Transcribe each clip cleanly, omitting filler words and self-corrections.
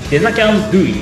デザキャンドゥイ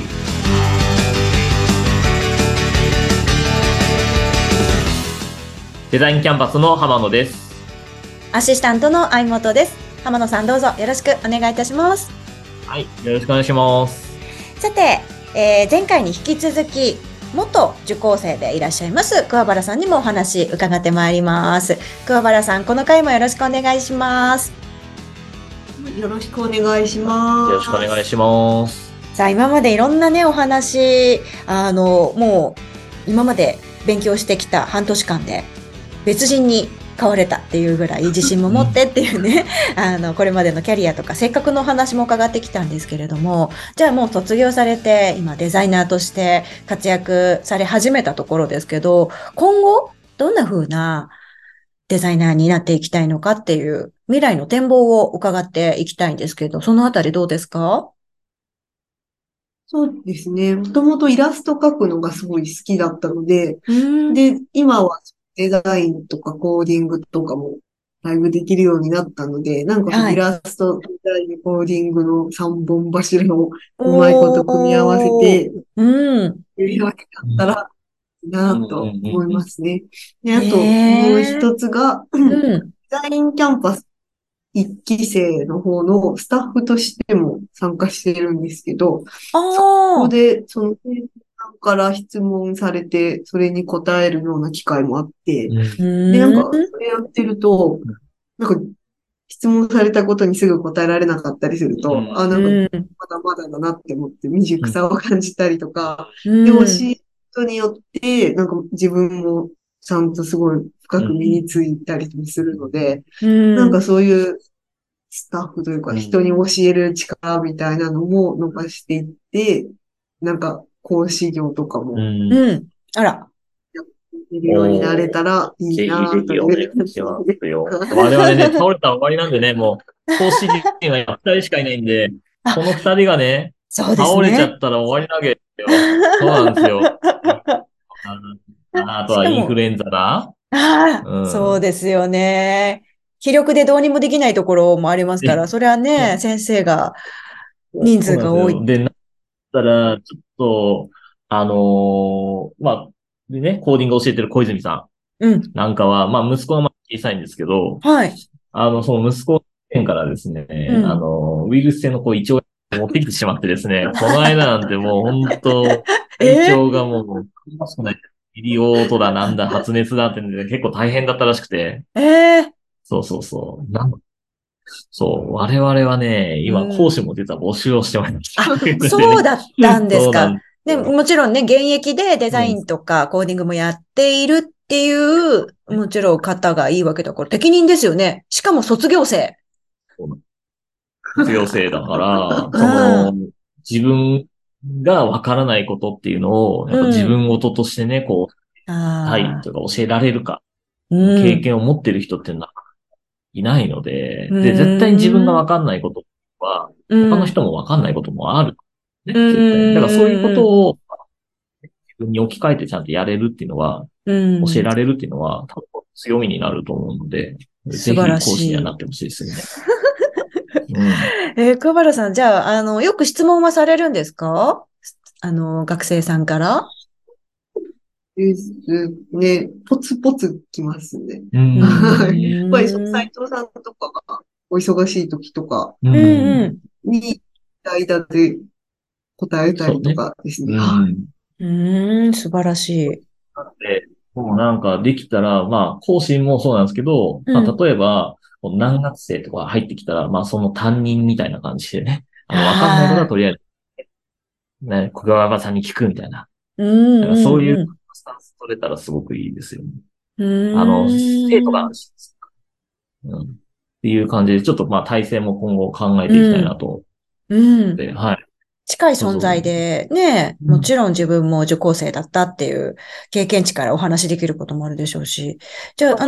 デザインキャンパスの浜野です。 アシスタントの相本です。浜野さんどうぞよろしくお願いいたします。 はい、よろしくお願いします。 さて、前回に引き続き元受講生でいらっしゃいます桑原さんにもお話伺ってまいります。桑原さん、この回もよろしくお願いします。 よろしくお願いします。 よろしくお願いします。 さあ、今までいろんなねお話もう今まで勉強してきた半年間で別人に変われたっていうぐらい自信も持ってっていうねこれまでのキャリアとかせっかくのお話も伺ってきたんですけれども、じゃあもう卒業されて今デザイナーとして活躍され始めたところですけど、今後どんな風なデザイナーになっていきたいのかっていう未来の展望を伺っていきたいんですけど、そのあたりどうですか？ そうですね。もともとイラスト描くのがすごい好きだったので、 うんで、今はデザインとかコーディングとかもだいぶできるようになったので、なんかそのイはい。 ラスト、デザイン、コーディングの三本柱をうまいこと組み合わせおー。 て、 うん。 やり分けだったらいいなうんと思いますね。で、 へあともうえ。 一つが、 うん。 デザインキャンパス一期生の方のスタッフとしても参加してるんですけど、 あそこあ。 で、その、生徒さんから質問されて、それに答えるような機会もあって、 うんうで、なんーん。 か、それやってると、なんか、質問されたことにすぐ答えられなかったりすると、あ、なんか、 うん。 まだまだだなって思って未熟さを感じたりとか、で、教うん。 えることによって、なんか自分もちゃんとすごい深く身についたりもするので、 うなんかん。 そういうスタッフというか人に教える力みたいなのも伸ばしていって、なんか講師業とかもうん。あら。 やっているようになれたらいいぜひぜなというひお願い感じしまで。 すよ。我々ね、倒れたら終わりなんでね、もう、講師陣は今二人しかいないんで、このあ、 二人がね、 そうです倒れちゃね。 ったら終わりなわけですよ。そうなんですよ。あとはインフしかも、 ルエンザだ。 ああ、 うん。 そうですよね。気力でどうにもできないところもありますかで、 ら、それはね、先生が人そうなんですよ。 数が多い。 で、なったら、ちょっと、まあ、でね、コーディングを教えてる小泉さうん。 んなんかは、まあ、息子がまだ小さいんですけど、 はい。 その息子からですね、 うん。 ウイルス性の胃腸炎を持ってきてしまってですね、この間なんてもう本当、体え調がもう、おかしくない。入り嘔だなんだ、発熱だってんで、結構大変だったらしくて、 ええそうそうそう。そう、我々はね、 う今、講師ん。 も実は募集をしてまいりましあ、 た。ということでね。 そうだったんですか。 そうなんですね、 よ。 もちろんね、現役でデザイそうンとかコーディングもやっているっていう、もちろん方がいいわけだから、適任ですよね。しかも卒業生。 卒業生だから、 うその、 ん。 自分がわからないことっていうのを、やっぱ自うん。 分事としてね、こう、たいああ。 とか教えられるか、 うん。 経験を持ってる人っていうのはいないのうで、で、絶対に自分がーん。 わかんないことは、 う他のん。 人もわかんないこともある。 うね、絶対に。だからそういうこん。 とを自分に置き換えてちゃんとやれるっていうのは、 う教えん。 られるっていうのは、多分強みになると思うので、ぜ素晴らひ講師にしい。 はなってほしいですよね。うん。 桑原さん、じゃあ、よく質問はされるんですか？学生さんから。 ですね。ポツポツきますね。 ううはい。やっぱりそのーん。 斉藤さんとかがお忙しい時とかううんうん。 ん。 に間で答えたりとそうね。 かですね。 うはい。 ん。 うーん、素晴らしい。 なので、もうなんかできたら、まあ、講師もそうなんですけど、まあ、 うん。 例えば、こう何月生とか入ってきたら、まあ、その担任みたいな感じでね、わかんないことはああ。 とりあえず、ね、小川場さんに聞くみたいな。 うんなんかそういううんうん。 スタンス取れたらすごくいいですよね。 う生徒がーん。 安心する。うん。っていう感じで、ちょっとまあ、体制も今後考えていきたうん。 いなと思っうん。 て、はい。 近いそう存在そうそう。 で、ね、 うん。 もちろん自分も受講生だったっていう経験値からお話しできることもあるでしょうし。じゃあ、 だから、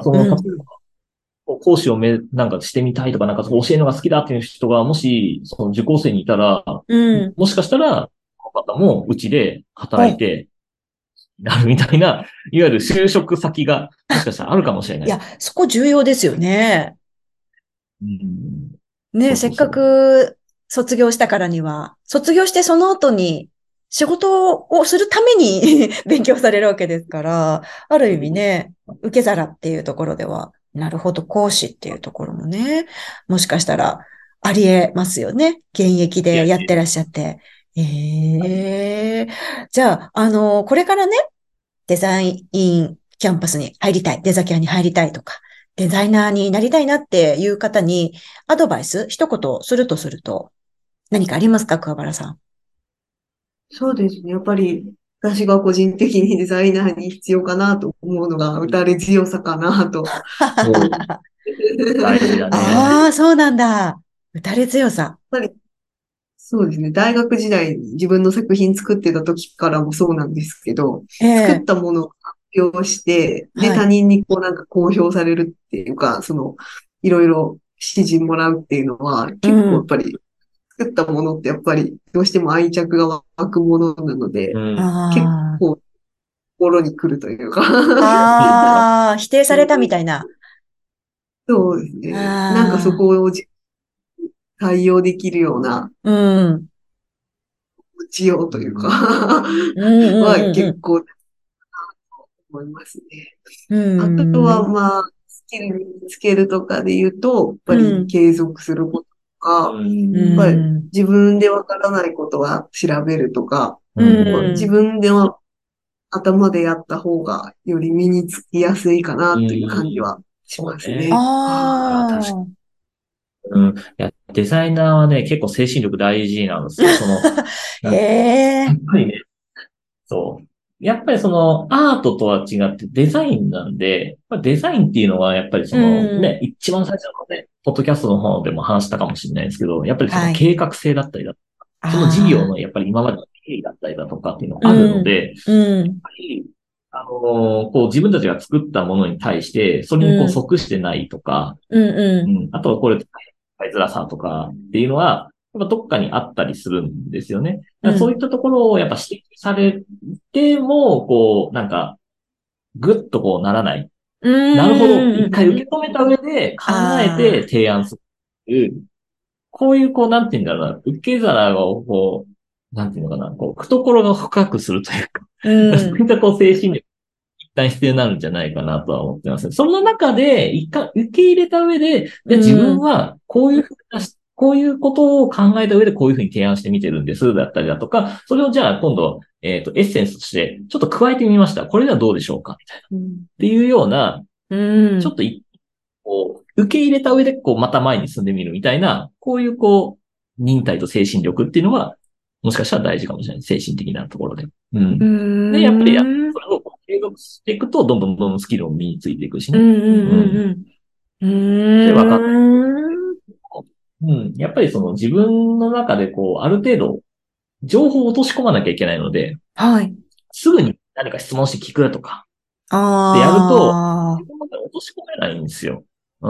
その、例うん。 えば講師をなんかしてみたいとか、なんかそう教えるのが好きだっていう人が、もし、その受講生にいたら、 うん。 もしかしたら、この方もうちで働いお、 てなるみたいな、いわゆる就職先が、もしかしたらあるかもしれない。 いや、そこ重要ですよね。 うん。 ね、せっかそうそうそく卒業したからには、卒業してその後に仕事をするために勉強されるわけですから、ある意味ね、受け皿っていうところでは、なるほど、講師っていうところもね、もしかしたらありえますよね。現役いや、 でやってらっしゃって。ええ、じゃあ、これからね、デザインキャンパスに入りたい、デザキャンに入りたいとか、デザイナーになりたいなっていう方にアドバイス、一言すると、何かありますか、桑原さん。 そうですね。やっぱり、私が個人的にデザイナーに必要かなと思うのが、打たれ強さかなと。 もう、大事だね。 ああ、そうなんだ。打たれ強さ。 やっぱり、そうですね。大学時代に自分の作品作ってた時からもそうなんですけど、作っええ、 たものを発表して、で、 はい。 他人にこうなんか公表されるっていうか、いろいろ指示もらうっていうのは、 う結構やっん。 ぱり、作ったものってやっぱり、どうしても愛着が湧くものなので、 うん。 結あ構心に来るというかあ、ああ、否定されたみたいな。 そうですね。なんかそああ、 こを対応できるようなうん。うん需要というかうはんうん結構思いますね。 うん。 あとは、 うん。 まあ、スキルにつけるとかで言うと、やっぱりうん。 継続することとうか、 うやっぱりん。 自分でわからないことは調べるとか、 うん。 自ん。 分では頭でやった方がより身につきやすいかうなという感じん。 はしそうね。 ますね。 ああ、確かああ。 に。うん。いや、デザイナーはね、結構精神力大事なんですよ。 へなんやっえ。 ぱりね、そう。やっぱりアートとは違ってデザインなんで、まあデザインっていうのはやっぱりうん。 一番最初のね、ポッドキャストの方でも話したかもしれないですけど、やっぱりそのはい。 計画性だったりだとか、その事業ああ。 のやっぱり今までの経緯だったりだとかっていうのがあるのうん。 で、やっうん。 ぱり、こう自分たちが作ったものに対して、それにこううん。 即してないとか、 うん。うん。 うん、あとはこれ、使いづらさとかっていうのは、やっぱどっかにあったりするんですよね。だからそういっうん。 たところをやっぱ指摘されても、こう、なんか、ぐっとこうならない。 うなるほどってん。うん。 一回受け止めた上で考えてああ。 提案するっていう。こういう、こう、なんていうんだろうな、受け皿を、こう、なんていうのかな、こう、懐が深くするというか、 うん。 そういったこう、精神力一旦必要になるんじゃないかなとは思ってます。その中で、一回受け入れた上で、 うじゃあ自分ん。 はこういうことを考えた上でこういうふうに提案してみてるんです、だったりだとか、それをじゃあ今度、エッセンスとして、ちょっと加えてみました。これではどうでしょうかみたいな。っうん。 ていうような、 うん。 ちょっとこう、受け入れた上で、こう、また前に進んでみるみたいな、こういう、こう、忍耐と精神力っていうのは、もしかしたら大事かもしれない。精神的なところで。ううん。で、やっぱり、 ん。 それをこう継続していくと、どんどんスキルも身についていくしうん。 ね。うん。 うん。うん。 で、わかんない。 うん。 うん。やっぱりその自分の中で、こう、ある程度、情報を落とし込まなきゃいけないので、 はい。 すぐに何か質問して聞くとかってやると、 ああ。 自分の中で落とし込めないんですよ。うん。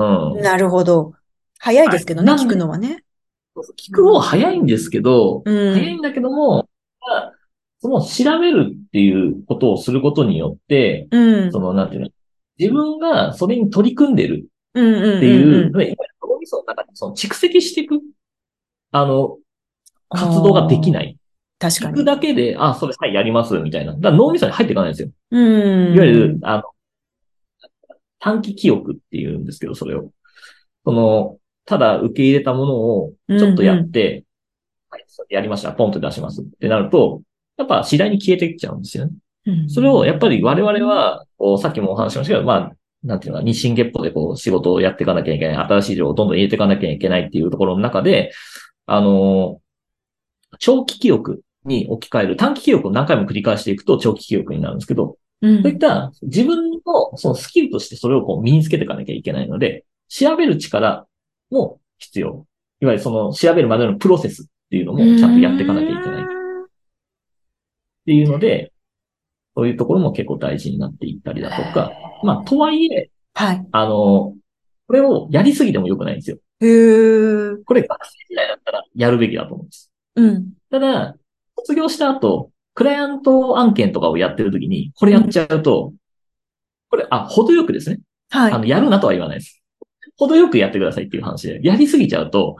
なるほど。早いではい。 すけどね、聞くなんで、 のはね。 聞く方は早いんですけど、 うん。 早いんだけども、まあその調べるっていうことをすることによって、 うん。 なんていうの、自分がそれに取り組んでるうん。 ってうん。うん。 いう、 うん。 いわゆる脳みその中に蓄積していく、あの、 あ活動ができなあ。 い。聞く確かに。 だけで、あ、それ、はい、やります、みたいな。だから脳みそに入っていかないんですよ。 ういわゆる、 ん。 短期記憶っていうんですけど、それを。ただ受け入れたものをちょっうん。 とやうん。 って、はい、それやりました。ポンと出しますってなると、やっぱ次第に消えていっちゃうんですよね。 うそれをやっぱり我々 ん。 は、こうさっきもお話ししましたけど、まあ、なんていうのか、日進月歩でこう仕事をやっていかなきゃいけない、新しい情報をどんどん入れていかなきゃいけないっていうところの中で、あの、長期記憶に置き換える、短期記憶を何回も繰り返していくと長期記憶になるんですけど、そういっうん。 た自分のそのスキルとしてそれをこう身につけていかなきゃいけないので、調べる力も必要。いわゆるその調べるまでのプロセスっていうのうもちゃんとやっていかなきゃいけないっん。 ていうので、そういうところも結構大事になっていったりだとか、まあ、とはいえ、 はい。 これをやりすぎても良くないんですよ。 へえ。 これ学生時代だったらやるべきだと思うんです。 うん。 ただ、卒業した後、クライアント案件とかをやってるときに、これうん。 やっちゃうと、これ、程よくですね。 はい。 やるなとは言わないです。程よくやってくださいっていう話で、やりすぎちゃうと、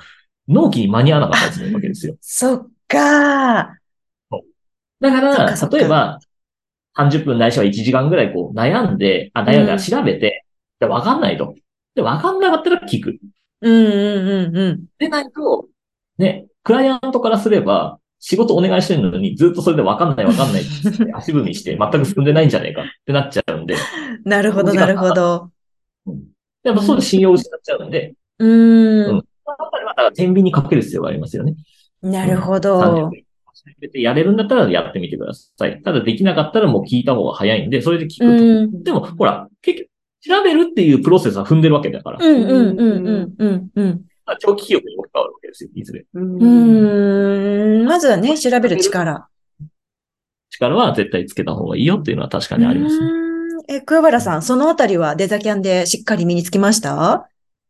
納期に間に合わなかったりするわけですよ。 そっかだかそっかそっら、 か例えば、30分ないしは1時間ぐらいこう悩んで、悩んだら調べて、で、わかんないと。で、わかんなかったら聞く。 うん。 でないと、ね、クライアントからすれば、仕事お願いしてるのに、ずっとそれでわかんないって足踏みして全く進んでないんじゃねえかってなっちゃうんで、 なるほど、なるほど。 うんやっぱそういう信用を失っちゃうんで、 ううん。 ん。 だから天秤にかける必要がありますよね。 なるほ 30 ど。 分やれるんだったらやってみてください。ただできなかったらもう聞いた方が早いんで、それで聞くと。 うん。 でも、ほら、結局、調べるっていうプロセスは踏んでるわけだから、 うん。 長期記憶に置き換わるわけですよ、いずれ。 まずはね、調べる力。 力は絶対つけた方がいいよっていうのは確かにありますね。 桑原さん、そのあたりはデザキャンでしっかり身につきました？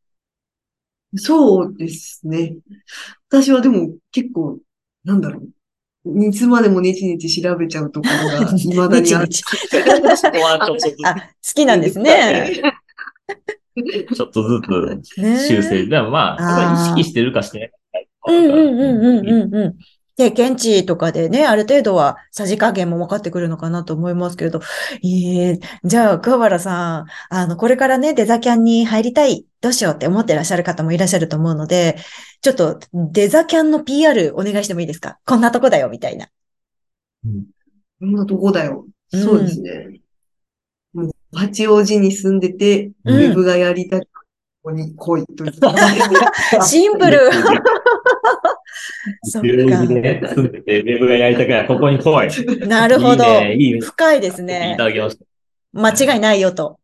そうですね。私はでも結構、なんだろう。いつまでもネチネチ調べちゃうところが未だにある。 ネチそこはちょっとずつ。 好きなんですね。 ちょっとずつね修正。でもまあ、やっぱり意識してるかしてないか変わるから。 経験値とかでね、ある程度はさじ加減も分かってくるのかなと思いますけれど。じゃあ、桑原さん、これからね、デザキャンに入りたい、どうしようって思ってらっしゃる方もいらっしゃると思うので、ちょっとデザキャンの PR お願いしてもいいですか？こんなとこだよ、みたいな。 こんなとこだよ。 うんそうですね。もう八王子に住んでて、ウうんェブがやりたくここに来いという。 シンプル。そっか。 ね、住んでて、ウェブがやりたくない。ここに来い。 なるほど。 いいね、いいね。 深いですいねた。だきまし間違いないよと。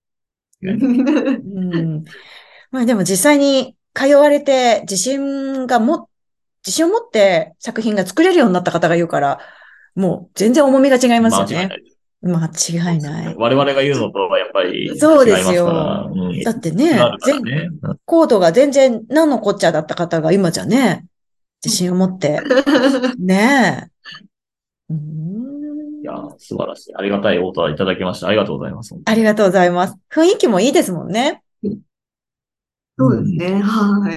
まあでも実際に通われて自信を持って作品が作れるようになった方が言うから、もう全然重みが違いますよね。 間違いない。 間違いない。 我々が言うのとはやっぱり違いますそうですから。 よ。だってね、 なるからね。 コードが全然何のこっちゃだった方が今じゃね、自信を持って、ねえ。 いや、素晴らしい。ありがたいオーダーいただきました。ありがとうございます。 ありがとうございます。雰囲気もいいですもんね。 そうですね。はい。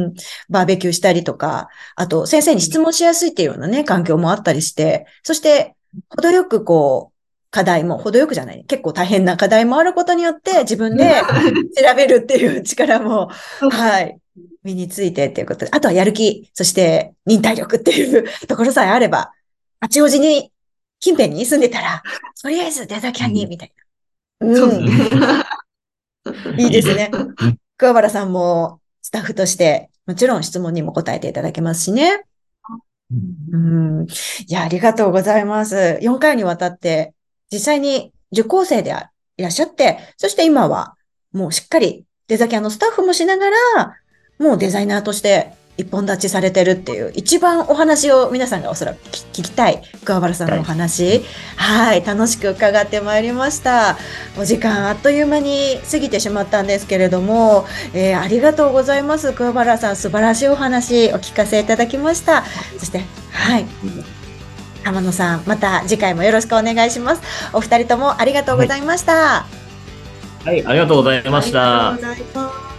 バーベキューしたりとか、あと先生に質問しやすいっていうようなね、環境もあったりして、そして程よく程よくじゃない、結構大変な課題もあることによって自分で調べるっていう力も、はい、身についてっていうことで、あとはやる気、そして忍耐力っていうところさえあれば、八王子に近辺に住んでたら、とりあえずデザキャンに、みたいな。 そうですね。 いいですね。桑原さんもスタッフとして、もちろん質問にも答えていただけますしね。いや、ありがとうございます。4回にわたって、実際に受講生でいらっしゃって、そして今はもうしっかりデザキャンのスタッフもしながら、もうデザイナーとして一本立ちされてるっていう、一番お話を皆さんがおそらく聞きたい桑原さんのお話、はい、楽しく伺ってまいりました。お時間あっという間に過ぎてしまったんですけれども、ありがとうございます。桑原さん、素晴らしいお話お聞かせいただきました。そして、はい。浜野さん、また次回もよろしくお願いします。お二人ともありがとうございました。 はい、ありがとうございました。 ありがとうございます。